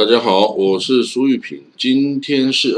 大家好，我是苏玉平，今天是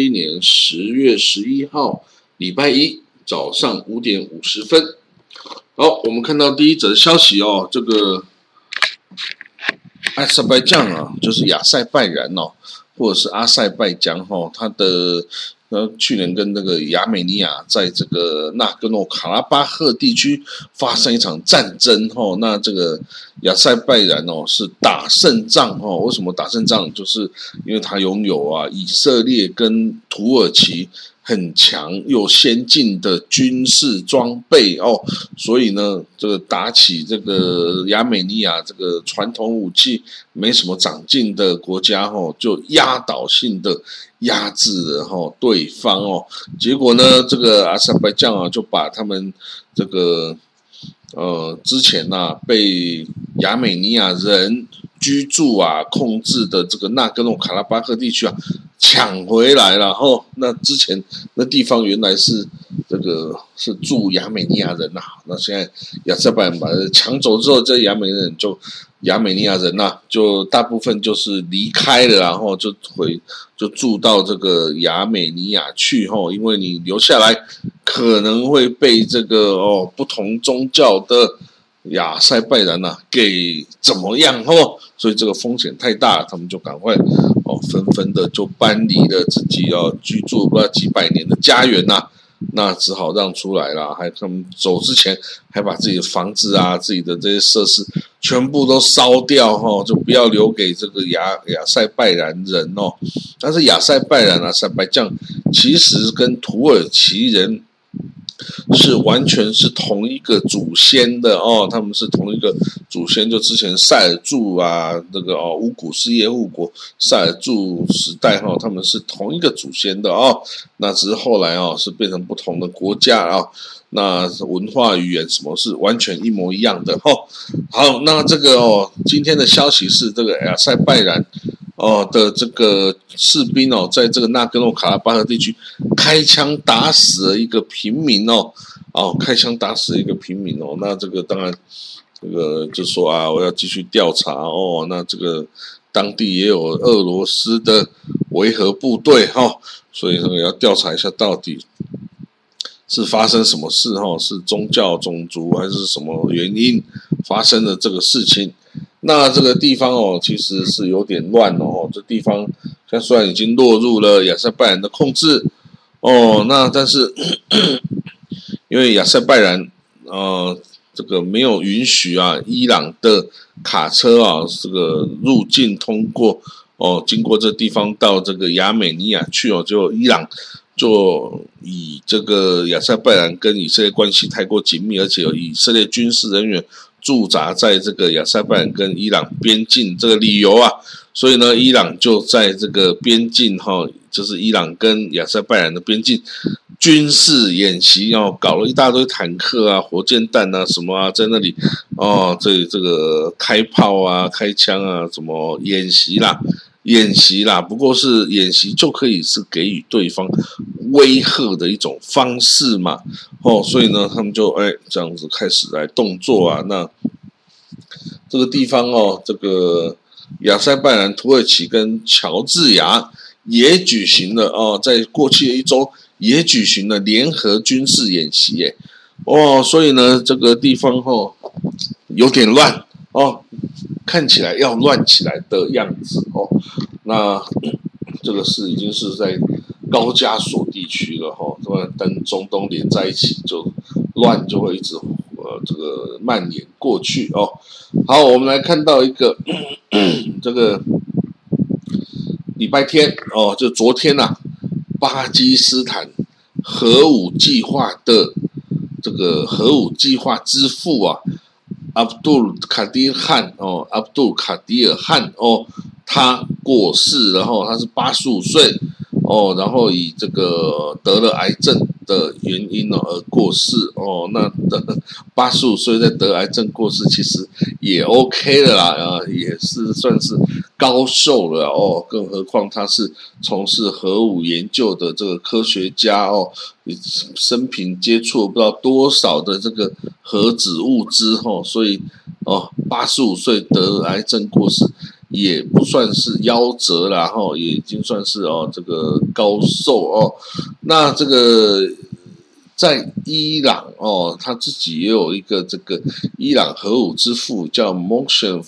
2021年10月11号，礼拜一早上5点50分。好，我们看到第一则消息哦，这个阿塞拜疆啊，就是亚塞拜然哦，或者是阿塞拜疆哦，它的去年跟那个亚美尼亚在这个纳戈诺卡拉巴赫地区发生一场战争哦，那这个亚塞拜然哦是打胜仗哦，为什么打胜仗？就是因为它拥有以色列跟土耳其很强又先进的军事装备哦，所以呢，这个打起这个亚美尼亚这个传统武器没什么长进的国家哦，就压倒性的压制了对方哦，结果呢，这个阿塞拜疆就把他们这个之前被亚美尼亚人居住控制的这个纳戈诺卡拉巴赫地区抢回来了哦。那之前那地方原来是是住亚美尼亚人那现在亚塞拜然把它抢走之后，这亚美尼亚人就大部分就是离开了，然后就住到这个亚美尼亚去因为你留下来可能会被这个不同宗教的亚塞拜然给怎么样所以这个风险太大，他们就赶快纷纷的就搬离了自己居住不知道几百年的家园那只好让出来了，还他们走之前还把自己的房子自己的这些设施全部都烧掉就不要留给这个亚塞拜然人但是亚塞拜然阿塞拜疆其实跟土耳其人是完全是同一个祖先的他们是同一个祖先，就之前塞尔柱这个乌古斯耶护国塞尔柱时代他们是同一个祖先的那只是后来是变成不同的国家那文化语言什么是完全一模一样的好，那这个今天的消息是这个亚塞拜然的这个士兵在这个纳戈诺卡拉巴赫地区开枪打死了一个平民开枪打死了一个平民那这个当然这个就说我要继续调查那这个当地也有俄罗斯的维和部队所以要调查一下到底是发生什么事是宗教种族还是什么原因发生的这个事情。那这个地方其实是有点乱这地方现在虽然已经落入了亚塞拜然的控制那但是因为亚塞拜然这个没有允许伊朗的卡车这个入境通过经过这地方到这个亚美尼亚去就伊朗就以这个亚塞拜然跟以色列关系太过紧密，而且有以色列军事人员驻扎在这个亚塞拜然跟伊朗边境这个理由所以呢，伊朗就在这个边境就是伊朗跟亚塞拜然的边境军事演习搞了一大堆坦克火箭弹什么在那里这个开炮开枪什么演习啦，不过是演习就可以是给予对方威吓的一种方式嘛所以呢他们就这样子开始来动作那这个地方这个亚塞拜然、土耳其跟乔治亚也举行了在过去的一周也举行了联合军事演习所以呢这个地方有点乱看起来要乱起来的样子那这个是已经是在高加索地区了跟中东连在一起就乱就会一直这个蔓延过去好，我们来看到一个这个礼拜天就昨天巴基斯坦核武计划的这个核武计划之父阿卜杜卡迪尔汗他过世了他是85岁然后以这个得了癌症的原因而过世那85岁在得癌症过世其实也 OK 了啦也是算是高寿了更何况他是从事核武研究的这个科学家生平接触不知道多少的这个核子物质所以85岁得癌症过世也不算是夭折啦，也已经算是这个高寿。那这个在伊朗他自己也有一个这个伊朗核武之父叫 Mohsen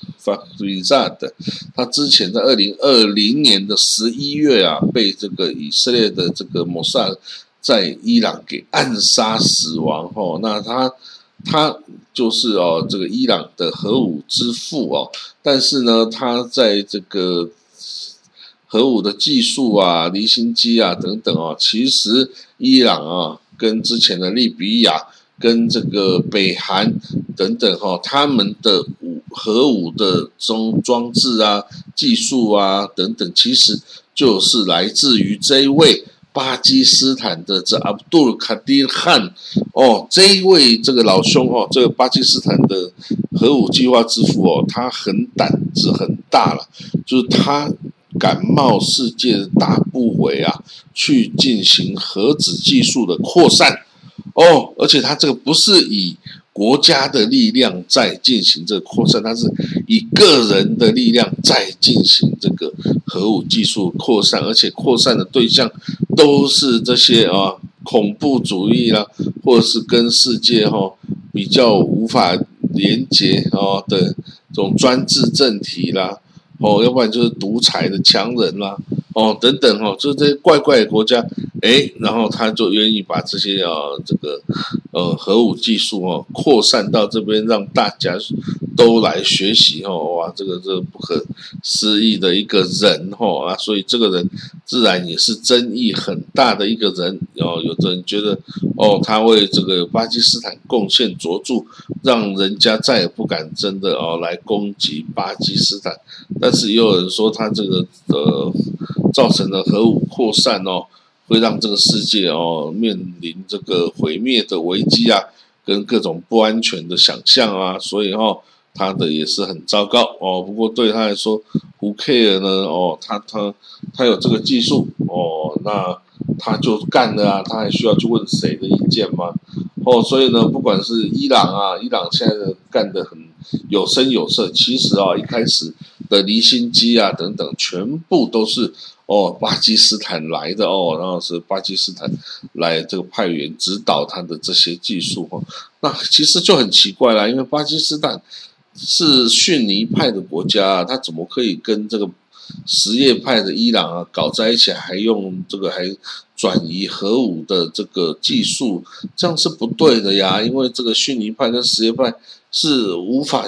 Fakhrizad， 他之前在2020年的11月啊，被这个以色列的这个摩萨在伊朗给暗杀死亡。那他就是这个伊朗的核武之父但是呢，他在这个核武的技术啊、离心机啊等等其实伊朗跟之前的利比亚、跟这个北韩等等他们的核武的装置啊、技术啊等等，其实就是来自于这一位巴基斯坦的这阿卜杜尔卡迪汗这一位这个老兄这个巴基斯坦的核武计划之父他胆子很大了，就是他敢冒世界的大不韪啊，去进行核子技术的扩散而且他这个不是以国家的力量在进行这个扩散，他是以个人的力量在进行这个核武技术扩散，而且扩散的对象都是这些恐怖主义啦，或者是跟世界比较无法连结的这种专制政体啦，要不然就是独裁的强人啦，等等就是这些怪怪的国家，然后他就愿意把这些这个核武技术扩散到这边，让大家都来学习哇，这个不可思议的一个人所以这个人自然也是争议很大的一个人有的人觉得他为这个巴基斯坦贡献卓著，让人家再也不敢真的来攻击巴基斯坦，但是也有人说他这个造成的核武扩散会让这个世界面临这个毁灭的危机啊，跟各种不安全的想象啊，所以他的也是很糟糕不过对他来说 who care 呢他有这个技术那他就干了啊，他还需要去问谁的意见吗？所以呢，不管是伊朗现在干得很有声有色，其实一开始的离心机啊等等，全部都是巴基斯坦来的然后是巴基斯坦来这个派员指导他的这些技术那其实就很奇怪啦，因为巴基斯坦是逊尼派的国家他怎么可以跟这个什叶派的伊朗搞在一起，还用这个还转移核武的这个技术，这样是不对的呀。因为这个逊尼派跟什叶派是无法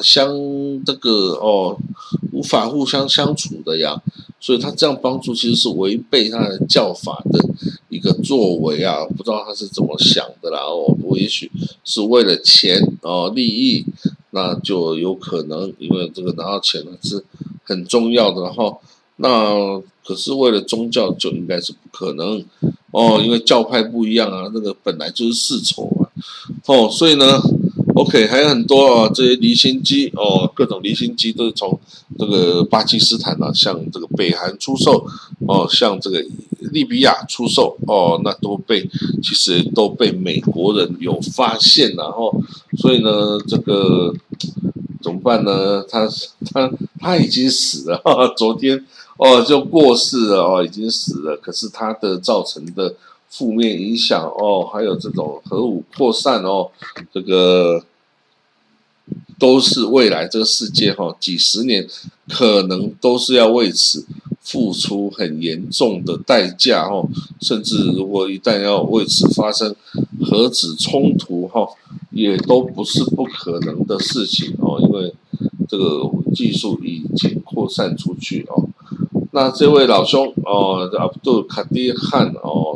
互相相处的呀，所以他这样帮助其实是违背他的教法的一个作为啊，不知道他是怎么想的啦我也许是为了钱利益，那就有可能，因为这个拿到钱是很重要的那可是为了宗教就应该是不可能因为教派不一样啊，那个本来就是世仇啊所以呢 OK 还有很多这些离心机各种离心机都是从这个巴基斯坦向这个北韩出售向这个利比亚出售那其实都被美国人有发现所以呢这个怎么办呢？他已经死了昨天就过世了已经死了，可是他的造成的负面影响还有这种核武扩散这个都是未来这个世界几十年可能都是要为此付出很严重的代价甚至如果一旦要为此发生核子冲突也都不是不可能的事情因为这个技术已经扩散出去那这位老兄阿卜杜尔卡迪汗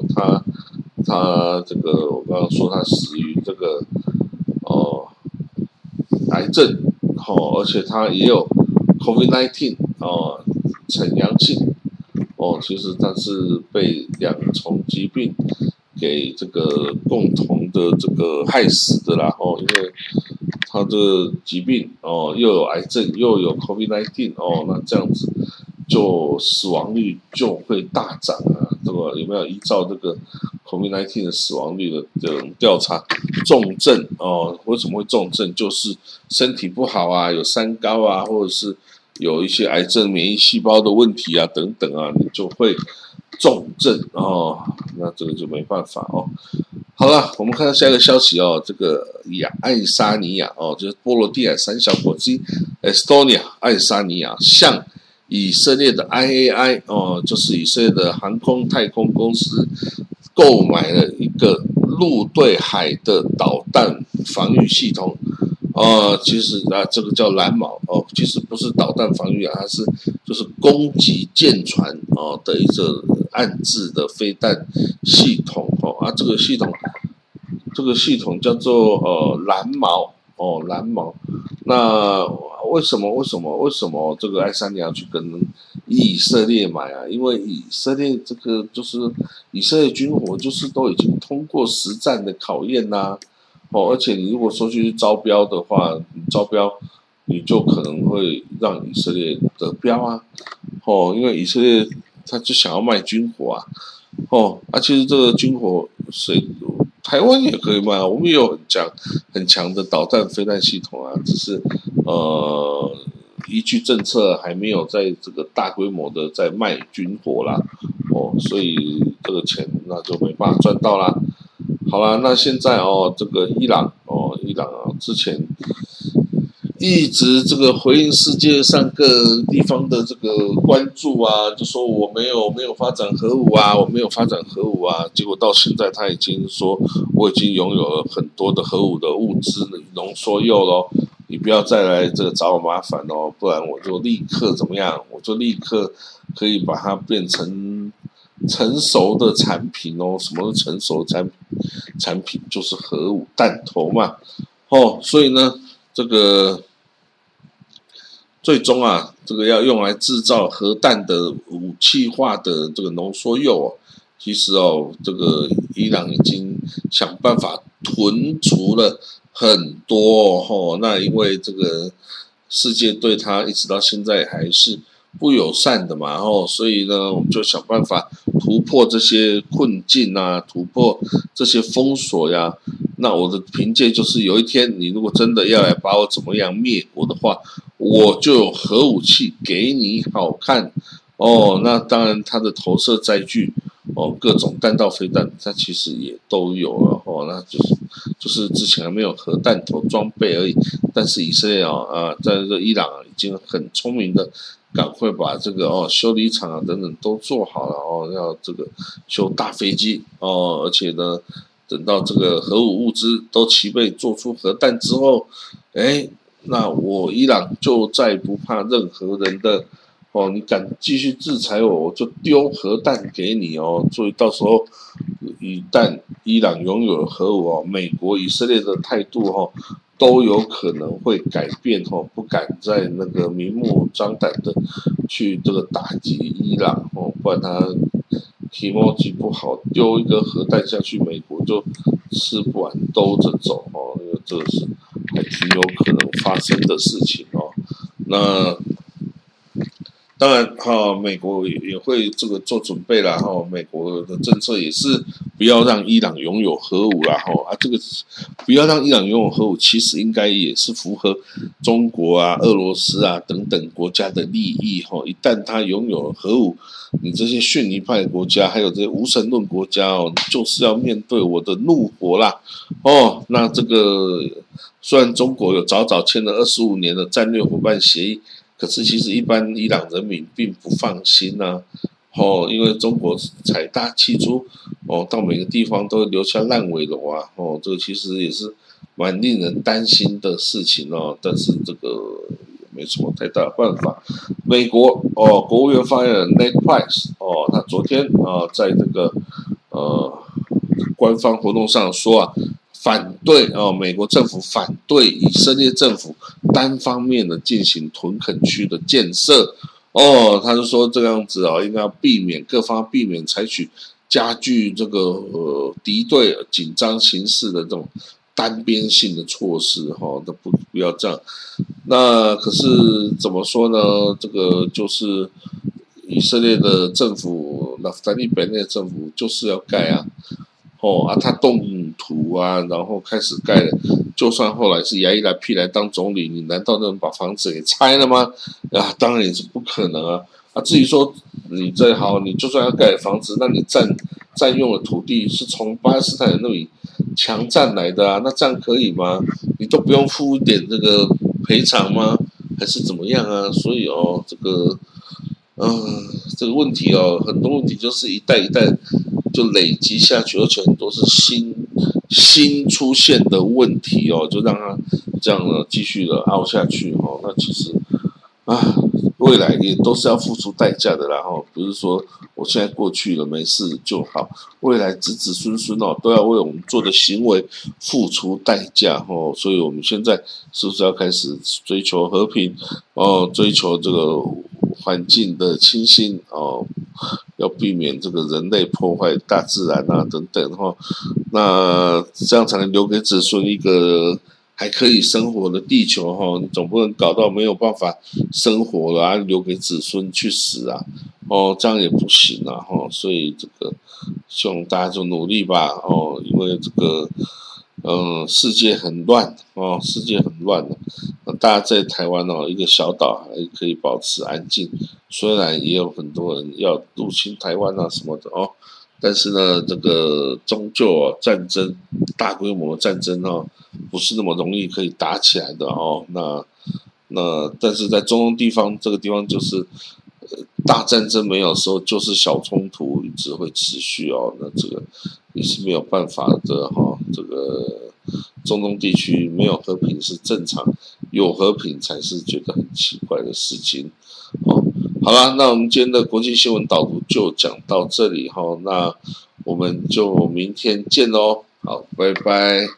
他这个我刚刚说他死于这个癌症而且他也有 COVID-19 呈阳性其实他是被2重疾病给这个共同的这个害死的啦因为他这个疾病又有癌症又有 COVID-19 那这样子就死亡率就会大涨啊，这个有没有依照这个 COVID-19 的死亡率的这种调查，重症为什么会重症？就是身体不好啊，有三高啊，或者是有一些癌症免疫细胞的问题啊等等啊，你就会重症哦，那这个就没办法哦。好了，我们看到下一个消息哦，这个爱沙尼亚哦，就是波罗的海三小国之一 Estonia 爱沙尼亚向以色列的 IAI 哦，就是以色列的航空太空公司购买了一个陆对海的导弹防御系统。其实这个叫蓝锚哦，其实不是导弹防御它是就是攻击舰船哦的一个暗制的飞弹系统哦这个系统叫做蓝锚哦蓝锚。那为什么这个爱沙尼亚去跟以色列买啊？因为以色列这个就是以色列军火就是都已经通过实战的考验呐。而且你如果说去招标的话，你就可能会让以色列得标啊，因为以色列他就想要卖军火啊，其实这个军火台湾也可以卖啊，我们也有很强的导弹飞弹系统啊，只是依据政策还没有在这个大规模的在卖军火啦，所以这个钱那就没办法赚到啦。好啦，那现在这个伊朗之前一直这个回应世界上各地方的这个关注啊，就说我没有发展核武啊，结果到现在他已经说我已经拥有了很多的核武的物资浓缩铀咯，你不要再来这个找我麻烦哦，不然我就立刻怎么样，我就立刻可以把它变成成熟的产品哦。什么是成熟的产品？就是核武弹头嘛。所以呢，这个最终啊，这个要用来制造核弹的武器化的这个浓缩铀其实这个伊朗已经想办法囤储了很多那因为这个世界对它一直到现在还是不友善的嘛，所以呢，我们就想办法突破这些困境啊，突破这些封锁呀。那我的凭借就是，有一天你如果真的要来把我怎么样灭国的话，我就有核武器给你好看那当然，它的投射载具各种弹道飞弹，它其实也都有了那就是之前还没有核弹头装备而已。但是以色列在这个伊朗已经很聪明的。赶快把这个修理厂啊等等都做好了要这个修大飞机而且呢，等到这个核武物资都齐备，做出核弹之后，那我伊朗就再不怕任何人的你敢继续制裁我，我就丢核弹给你所以到时候一旦伊朗拥有了核武美国、以色列的态度都有可能会改变不敢再那个明目张胆的去这个打击伊朗不然他提莫吉不好，丢一个核弹下去，美国就吃不完兜着走因为这个是还挺有可能发生的事情那当然美国也会这个做准备啦美国的政策也是不要让伊朗拥有核武啦这个不要让伊朗拥有核武，其实应该也是符合中国啊、俄罗斯啊等等国家的利益一旦他拥有了核武，你这些逊尼派国家还有这些无神论国家就是要面对我的怒火啦那这个虽然中国有早签了25年的战略伙伴协议，可是其实一般伊朗人民并不放心因为中国财大气粗到每个地方都会留下烂尾楼啊这个其实也是蛮令人担心的事情但是这个没什么太大的办法。美国国务院发言人 Ned Price 他昨天在这个官方活动上说反对美国政府反对以色列政府单方面的进行屯垦区的建设他就说这个样子应该要各方避免采取加剧这个敌对紧张形势的这种单边性的措施都不要这样。那可是怎么说呢？这个就是以色列的政府，纳夫塔利本内政府就是要盖他动土啊，然后开始盖了。就算后来是亚依莱来当总理，你难道能把房子给拆了吗？啊，当然也是不可能啊。至于说你再好，你就算要盖房子，那你占用的土地是从巴勒斯坦人那里强占来的啊，那这样可以吗？你都不用付一点这个赔偿吗？还是怎么样啊？所以这个这个问题很多问题就是一代一代就累积下去，而且很多是新出现的问题就让它这样呢继续的凹下去那其实未来也都是要付出代价的啦不是说我现在过去了没事就好，未来子子孙孙都要为我们做的行为付出代价所以我们现在是不是要开始追求和平追求这个环境的清新要避免这个人类破坏大自然等等那这样才能留给子孙一个还可以生活的地球你总不能搞到没有办法生活了留给子孙去死啊这样也不行啊所以这个希望大家就努力吧因为这个世界很乱世界很乱大家在台湾一个小岛还可以保持安静，虽然也有很多人要入侵台湾什么的但是呢这个终究战争大规模的战争不是那么容易可以打起来的那但是在中东地方这个地方就是大战争没有时候就是小冲突一直会持续那这个也是没有办法的这个中东地区没有和平是正常，有和平才是觉得很奇怪的事情好啦，那我们今天的国际新闻导读就讲到这里那我们就明天见咯，好，拜拜。